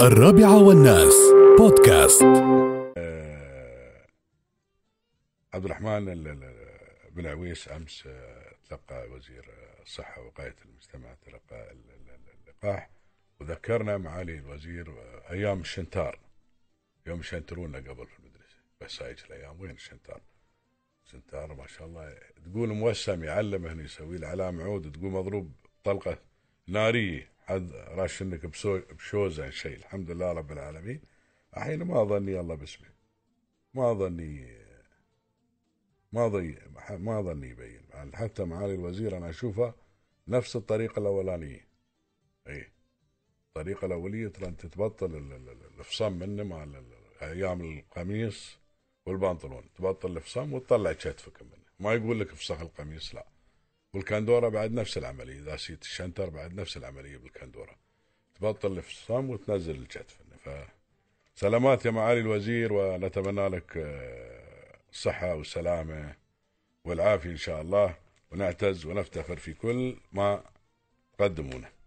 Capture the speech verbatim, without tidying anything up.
الرابعة والناس بودكاست. عبد الرحمن بن عويس أمس تلقى وزير الصحة ووقاية المجتمع تلقى اللقاح، وذكرنا معالي الوزير أيام الشنتار، يوم يشنترونا قبل في المدرسة، بس هاي الأيام وين الشنتار؟ الشنتار ما شاء الله تقول موسم يعلم هنا يسوي له علامة عود، تقول مضروب طلقة نارية حد راشنك بشوزة شيء. الحمد لله رب العالمين. الحين ما ظني الله باسمه، ما ظني ما ضي ما ظني يبين، حتى معالي الوزير أنا أشوفه نفس الطريقة الأولانية. إيه الطريقة الأولية ترى أنت تبطل الفصام منه مع أيام القميص والبنطلون، تبطل الفصام وتطلع كتفك منه، ما يقول لك افسخ القميص لا. والكندورة بعد نفس العملية، إذا سيت الشنتر بعد نفس العملية بالكندورة، تبطل الفصام وتنزل الكتف. فسلامات يا معالي الوزير، ونتمنى لك الصحة والسلامة والعافية إن شاء الله، ونعتز ونفتخر في كل ما تقدمونه.